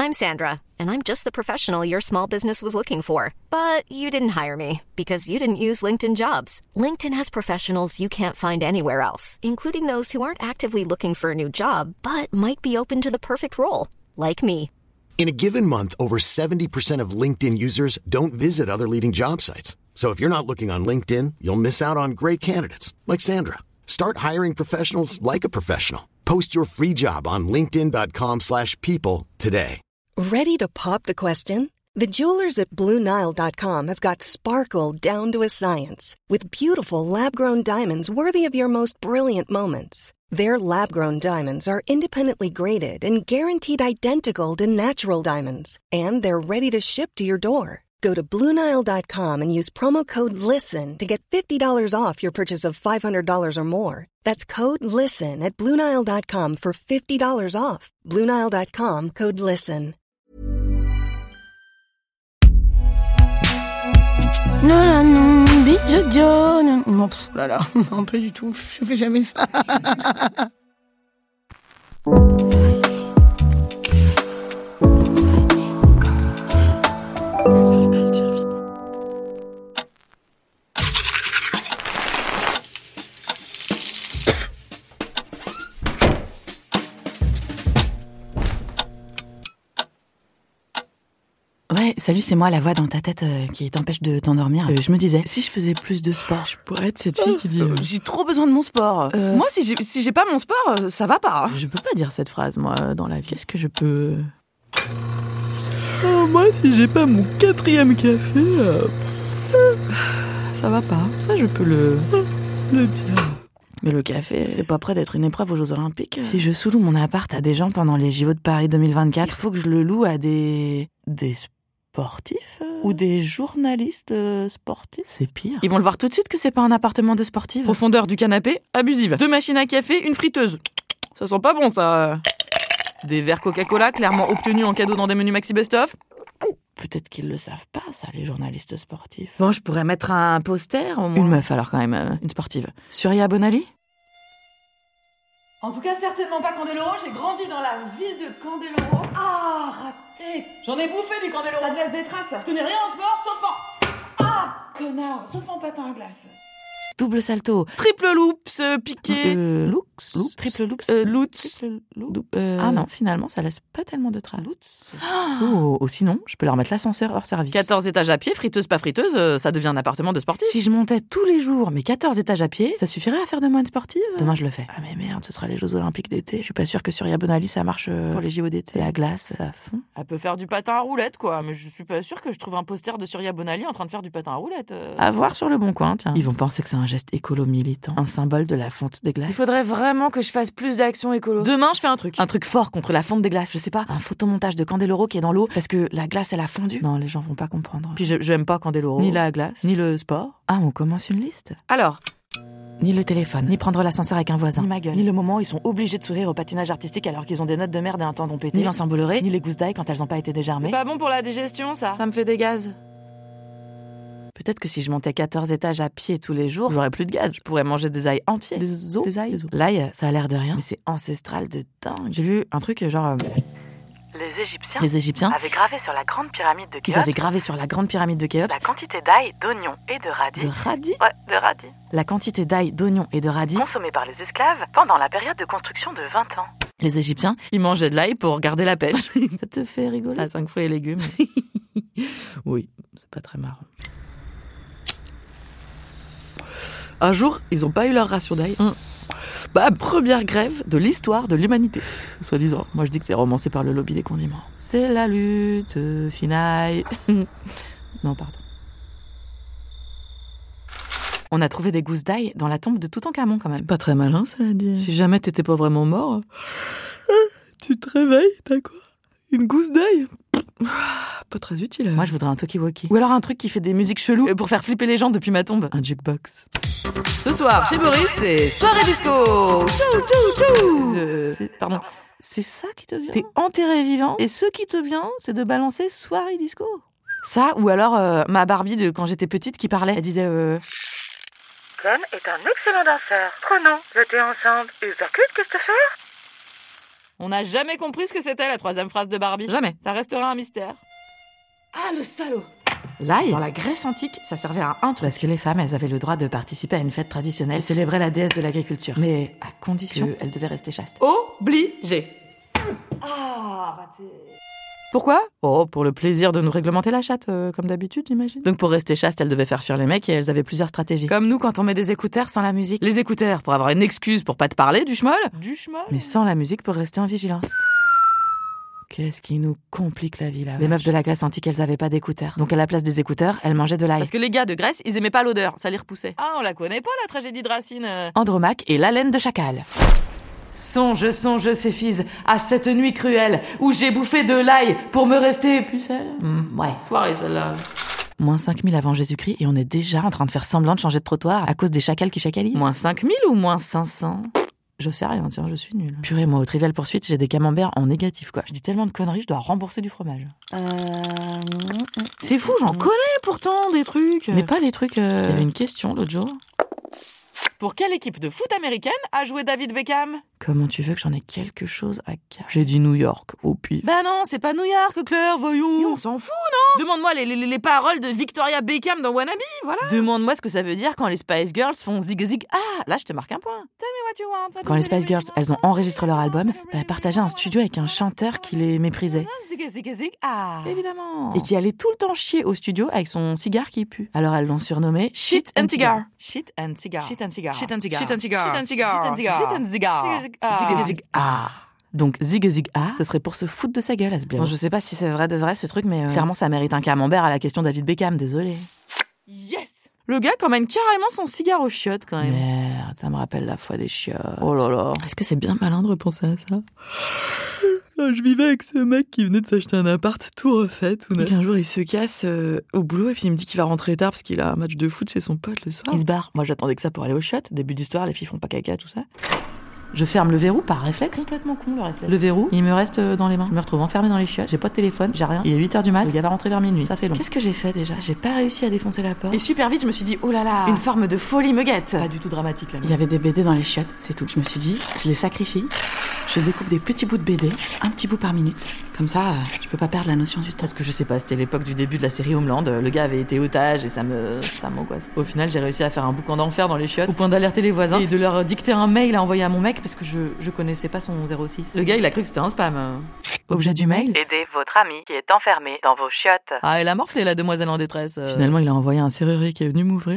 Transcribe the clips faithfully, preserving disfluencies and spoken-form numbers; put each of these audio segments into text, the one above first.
I'm Sandra, and I'm just the professional your small business was looking for. But you didn't hire me because you didn't use LinkedIn Jobs. LinkedIn has professionals you can't find anywhere else, including those who aren't actively looking for a new job, but might be open to the perfect role, like me. In a given month, over seventy percent of LinkedIn users don't visit other leading job sites. So if you're not looking on LinkedIn, you'll miss out on great candidates like Sandra. Start hiring professionals like a professional. Post your free job on linkedin.com slash people today. Ready to pop the question? The jewelers at Blue Nile dot com have got sparkle down to a science with beautiful lab-grown diamonds worthy of your most brilliant moments. Their lab-grown diamonds are independently graded and guaranteed identical to natural diamonds, and they're ready to ship to your door. Go to Blue Nile dot com and use promo code LISTEN to get fifty dollars off your purchase of five hundred dollars or more. That's code LISTEN at Blue Nile dot com for fifty dollars off. Blue Nile dot com, code LISTEN. Non, non, non, Big John. Non, pff, là, là, non, pas du tout. Je fais jamais ça. Ouais, salut, c'est moi, la voix dans ta tête euh, qui t'empêche de t'endormir. Euh, je me disais, si je faisais plus de sport, je pourrais être cette fille qui dit euh, j'ai trop besoin de mon sport. Euh... Moi, si j'ai, si j'ai pas mon sport, euh, ça va pas. Je peux pas dire cette phrase, moi, dans la vie. Qu'est-ce que je peux... Oh, moi, si j'ai pas mon quatrième café, euh... ça va pas. Ça, je peux le... le dire. Mais le café, c'est pas près d'être une épreuve aux Jeux Olympiques. Si je sous-loue mon appart à des gens pendant les J O de Paris deux mille vingt-quatre, il faut que je le loue à des... des sportifs euh... ou des journalistes euh, sportifs. C'est pire. Ils vont le voir tout de suite que c'est pas un appartement de sportif. Profondeur du canapé, abusive. Deux machines à café, une friteuse. Ça sent pas bon, ça. Des verres Coca-Cola, clairement obtenus en cadeau dans des menus Maxi Best-of. Peut-être qu'ils le savent pas, ça, les journalistes sportifs. Bon, je pourrais mettre un poster, au moins. Une meuf, alors, quand même, euh, une sportive. Surya Bonali ? En tout cas, certainement pas Candeloro. J'ai grandi dans la ville de Candeloro. Ah, raté. J'en ai bouffé du Candeloro. Ça te laisse des traces. Je connais rien en sport, sauf en... Ah, connard, sauf en patin à glace. Double salto, triple loops, euh, piqué, euh, loops, loops, triple loops, euh, loops, triple loops. Euh... Ah non, finalement, ça laisse pas tellement de traces. Oh, oh, sinon, je peux leur mettre l'ascenseur hors service. quatorze étages à pied, friteuse pas friteuse, euh, ça devient un appartement de sportif. Si je montais tous les jours mes quatorze étages à pied, ça suffirait à faire de moi une sportive. Demain, je le fais. Ah mais merde, ce sera les Jeux Olympiques d'été. Je suis pas sûre que Surya Bonali, ça marche euh, pour les J O d'été. La glace, ça fond. Elle peut faire du patin à roulettes, quoi, mais je suis pas sûre que je trouve un poster de Surya Bonali en train de faire du patin à roulettes. Euh... À voir sur le bon coin, tiens. Ils vont penser que c'est un geste écolo militant, un symbole de la fonte des glaces. Il faudrait vraiment que je fasse plus d'actions écolo. Demain, je fais un truc. Un truc fort contre la fonte des glaces. Je sais pas, un photomontage de Candeloro qui est dans l'eau parce que la glace, elle a fondu. Non, les gens vont pas comprendre. Puis je, j'aime pas Candeloro. Ni la glace, ni le sport. Ah, on commence une liste. Alors, ni le téléphone, ni prendre l'ascenseur avec un voisin, ni ma gueule, ni le moment où ils sont obligés de sourire au patinage artistique alors qu'ils ont des notes de merde et un tendon pété, ni Vincent Bolloré, ni les gousses d'ail quand elles ont pas été dégermées. C'est pas bon pour la digestion, ça. Ça me fait des gaz. Peut-être que si je montais quatorze étages à pied tous les jours, j'aurais plus de gaz. Je pourrais manger des ails entiers. Des os. Des ails. Des os. L'ail, ça a l'air de rien, mais c'est ancestral de dingue. J'ai vu un truc genre... Euh... Les Égyptiens, Les Égyptiens avaient gravé sur la grande pyramide de Khéops. Ils avaient gravé sur la grande pyramide de Khéops la quantité d'ail, d'oignons et de radis. De radis Ouais, de radis. La quantité d'ail, d'oignons et de radis Consommés par les esclaves pendant la période de construction de vingt ans. Les Égyptiens, ils mangeaient de l'ail pour garder la pêche. Ça te fait rigoler? À cinq fruits et légumes. Oui, c'est pas très marrant. Un jour, ils ont pas eu leur ration d'ail. Mm. Bah, première grève de l'histoire de l'humanité. Soi-disant. Moi, je dis que c'est romancé par le lobby des condiments. C'est la lutte finale. Non, pardon. On a trouvé des gousses d'ail dans la tombe de Toutankhamon, quand même. C'est pas très malin, cela dit. Si jamais t'étais pas vraiment mort, tu te réveilles, t'as quoi? Une gousse d'ail? Pas très utile. Moi, je voudrais un talkie-walkie. Ou alors un truc qui fait des musiques cheloues pour faire flipper les gens depuis ma tombe. Un jukebox. Ce soir, chez Boris, c'est soirée disco. Tchou, tchou, tchou. Euh, c'est, pardon, c'est ça qui te vient? T'es enterré vivant et ce qui te vient, c'est de balancer soirée disco. Ça, ou alors euh, ma Barbie de quand j'étais petite qui parlait. Elle disait... Euh... Ken est un excellent danseur. Prenons le thé ensemble. Uppercut, qu'est-ce que faire? On n'a jamais compris ce que c'était la troisième phrase de Barbie. Jamais. Ça restera un mystère. Ah, le salaud! L'ail, dans la Grèce antique, ça servait à un truc. Parce que les femmes, elles avaient le droit de participer à une fête traditionnelle, célébrer la déesse de l'agriculture. Mais à condition qu'elles devaient rester chastes. Obligé. Ah, raté. Pourquoi ? Oh, pour le plaisir de nous réglementer la chatte, euh, comme d'habitude, j'imagine. Donc pour rester chaste, elles devaient faire fuir les mecs et elles avaient plusieurs stratégies. Comme nous quand on met des écouteurs sans la musique. Les écouteurs pour avoir une excuse pour pas te parler, du schmoll. Du schmoll. Mais sans la musique pour rester en vigilance. Qu'est-ce qui nous complique la vie, là. Les meufs de la Grèce antique, elles avaient pas d'écouteurs. Donc à la place des écouteurs, elles mangeaient de l'ail. Parce que les gars de Grèce, ils aimaient pas l'odeur, ça les repoussait. Ah, on la connaît pas, la tragédie de Racine. Andromaque et la laine de chacal. Songe, songe, Céphise, à cette nuit cruelle où j'ai bouffé de l'ail pour me rester pucelle. Mmh, ouais, foirée celle-là. Moins cinq mille avant Jésus-Christ et on est déjà en train de faire semblant de changer de trottoir à cause des chacals qui chacalisent. Moins cinq mille ou moins cinq cents ? Je sais rien, tiens, je suis nulle. Purée, moi, au Trivial Poursuite, j'ai des camemberts en négatif, quoi. Je dis tellement de conneries, je dois rembourser du fromage. Euh... C'est fou, j'en connais pourtant des trucs. Mais pas les trucs... Euh... Il y avait une question l'autre jour. Pour quelle équipe de foot américaine a joué David Beckham ? Comment tu veux que j'en ai quelque chose à cacher ? J'ai dit New York, au pif. Bah non, c'est pas New York, Claire, voyons. Et on s'en fout, non ? Demande-moi les, les, les paroles de Victoria Beckham dans Wannabe, voilà. Demande-moi ce que ça veut dire quand les Spice Girls font zig zig ah. Là, je te marque un point. Tell me what you want. Quand les Spice Girls, elles ont enregistré leur album, bah, elles partageaient un studio avec un chanteur qui les méprisait. Zig zig zig ah. Évidemment. Et qui allait tout le temps chier au studio avec son cigare qui pue. Alors elles l'ont surnommé Shit and Cigar. Shit and Cigar. Shit and Cigar. Shit and Cigar. Shit and Cigar. Shit and Cigar. Shit and Cigar. Zig and Cigar. Ah. Donc zig zig ah, ce serait pour se foutre de sa gueule à ce blaireau. Bon, je sais pas si c'est vrai de vrai ce truc, mais euh, clairement ça mérite un camembert à la question David Beckham, désolé. Yes. Le gars emmène carrément son cigare aux chiottes quand même. Merde, ça me rappelle la fois des chiottes. Oh là là. Est-ce que c'est bien malin de repenser à ça ? Je vivais avec ce mec qui venait de s'acheter un appart tout refait, tout neuf. Un jour, il se casse euh, au boulot et puis il me dit qu'il va rentrer tard parce qu'il a un match de foot chez son pote le soir. Il se barre. Moi, j'attendais que ça pour aller aux chiottes. Début d'histoire, les filles font pas caca, tout ça. Je ferme le verrou par réflexe. Complètement con le réflexe. Le verrou, il me reste dans les mains. Je me retrouve enfermée dans les chiottes. J'ai pas de téléphone, j'ai rien. Il est huit heures du mat. Le gars va rentrer vers minuit. Ça fait long. Qu'est-ce que j'ai fait déjà ? J'ai pas réussi à défoncer la porte. Et super vite, je me suis dit, oh là là, une forme de folie me guette. Pas du tout dramatique là. Il y avait des B D dans les chiottes, c'est tout. Je me suis dit, je les sacrifie. Je découpe des petits bouts de B D, un petit bout par minute. Comme ça, je peux pas perdre la notion du temps. Parce que je sais pas, c'était l'époque du début de la série Homeland. Le gars avait été otage et ça me... ça m'angoisse. Au final, j'ai réussi à faire un boucan d'enfer dans les chiottes, au point d'alerter les voisins et de leur dicter un mail à envoyer à mon mec parce que je, je connaissais pas son zéro six. Le gars, il a cru que c'était un spam. Objet du mail ? Aidez votre ami qui est enfermé dans vos chiottes. Ah, elle a morflé, la demoiselle en détresse. Euh... Finalement, il a envoyé un serrurier qui est venu m'ouvrir.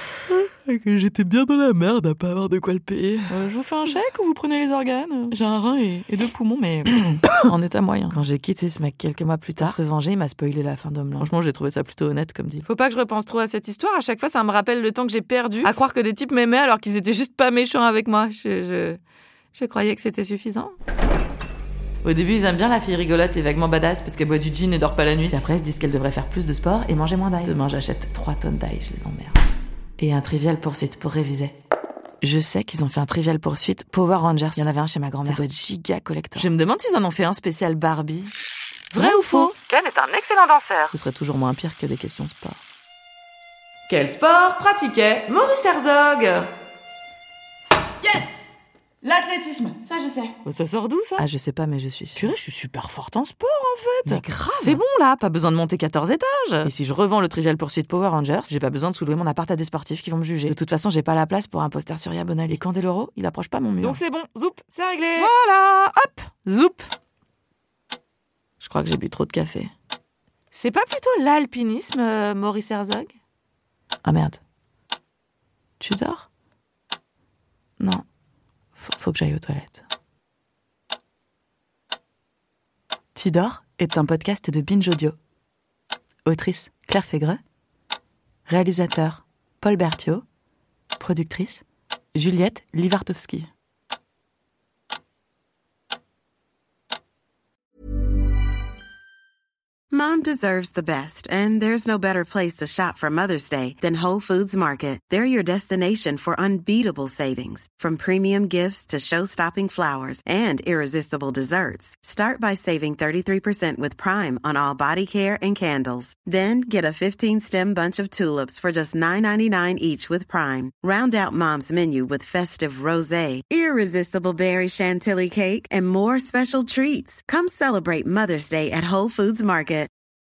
Et que j'étais bien dans la merde à pas avoir de quoi le payer. Euh, je vous fais un chèque ou vous prenez les organes ? J'ai un rein et, et deux poumons, mais en état moyen. Quand j'ai quitté ce mec quelques mois plus tard, pour se venger, il m'a spoilé la fin d'Homeland. Franchement, j'ai trouvé ça plutôt honnête comme dit. Faut pas que je repense trop à cette histoire. À chaque fois, ça me rappelle le temps que j'ai perdu à croire que des types m'aimaient alors qu'ils étaient juste pas méchants avec moi. Je, je, je croyais que c'était suffisant. Au début, ils aiment bien la fille rigolote et vaguement badass parce qu'elle boit du gin et dort pas la nuit. Puis après, ils se disent qu'elle devrait faire plus de sport et manger moins d'ail. Demain, j'achète trois tonnes d'ail, je les emmerde. Et un Trivial Poursuite pour réviser. Je sais qu'ils ont fait un Trivial Poursuite Power Rangers. Il y en avait un chez ma grand-mère. Ça doit être giga collector. Je me demande s'ils en ont fait un spécial Barbie. Vrai ou faux ? Ken est un excellent danseur. Ce serait toujours moins pire que des questions sport. Quel sport pratiquait Maurice Herzog ? Yes ! L'athlétisme, ça je sais. Ça sort d'où ça ? Ah je sais pas mais je suis sûre. Purée, je suis super forte en sport en fait. Mais grave. C'est bon là, pas besoin de monter quatorze étages. Et si je revends le Trivial Poursuite Power Rangers, j'ai pas besoin de sous-louer mon appart à des sportifs qui vont me juger. De toute façon, j'ai pas la place pour un poster sur Yabonel. Et Candeloro, il approche pas mon mur. Donc c'est bon, zoup, c'est réglé. Voilà, hop, zoup. Je crois que j'ai bu trop de café. C'est pas plutôt l'alpinisme, euh, Maurice Herzog ? Ah merde. Tu dors ? Non. Faut, faut que j'aille aux toilettes. Tidor est un podcast de Binge Audio. Autrice Claire Fégreux. Réalisateur Paul Berthiaud. Productrice Juliette Livartowski. Mom deserves the best, and there's no better place to shop for Mother's Day than Whole Foods Market. They're your destination for unbeatable savings, from premium gifts to show-stopping flowers and irresistible desserts. Start by saving thirty-three percent with Prime on all body care and candles. Then get a fifteen-stem bunch of tulips for just nine ninety-nine each with Prime. Round out Mom's menu with festive rosé, irresistible berry chantilly cake, and more special treats. Come celebrate Mother's Day at Whole Foods Market.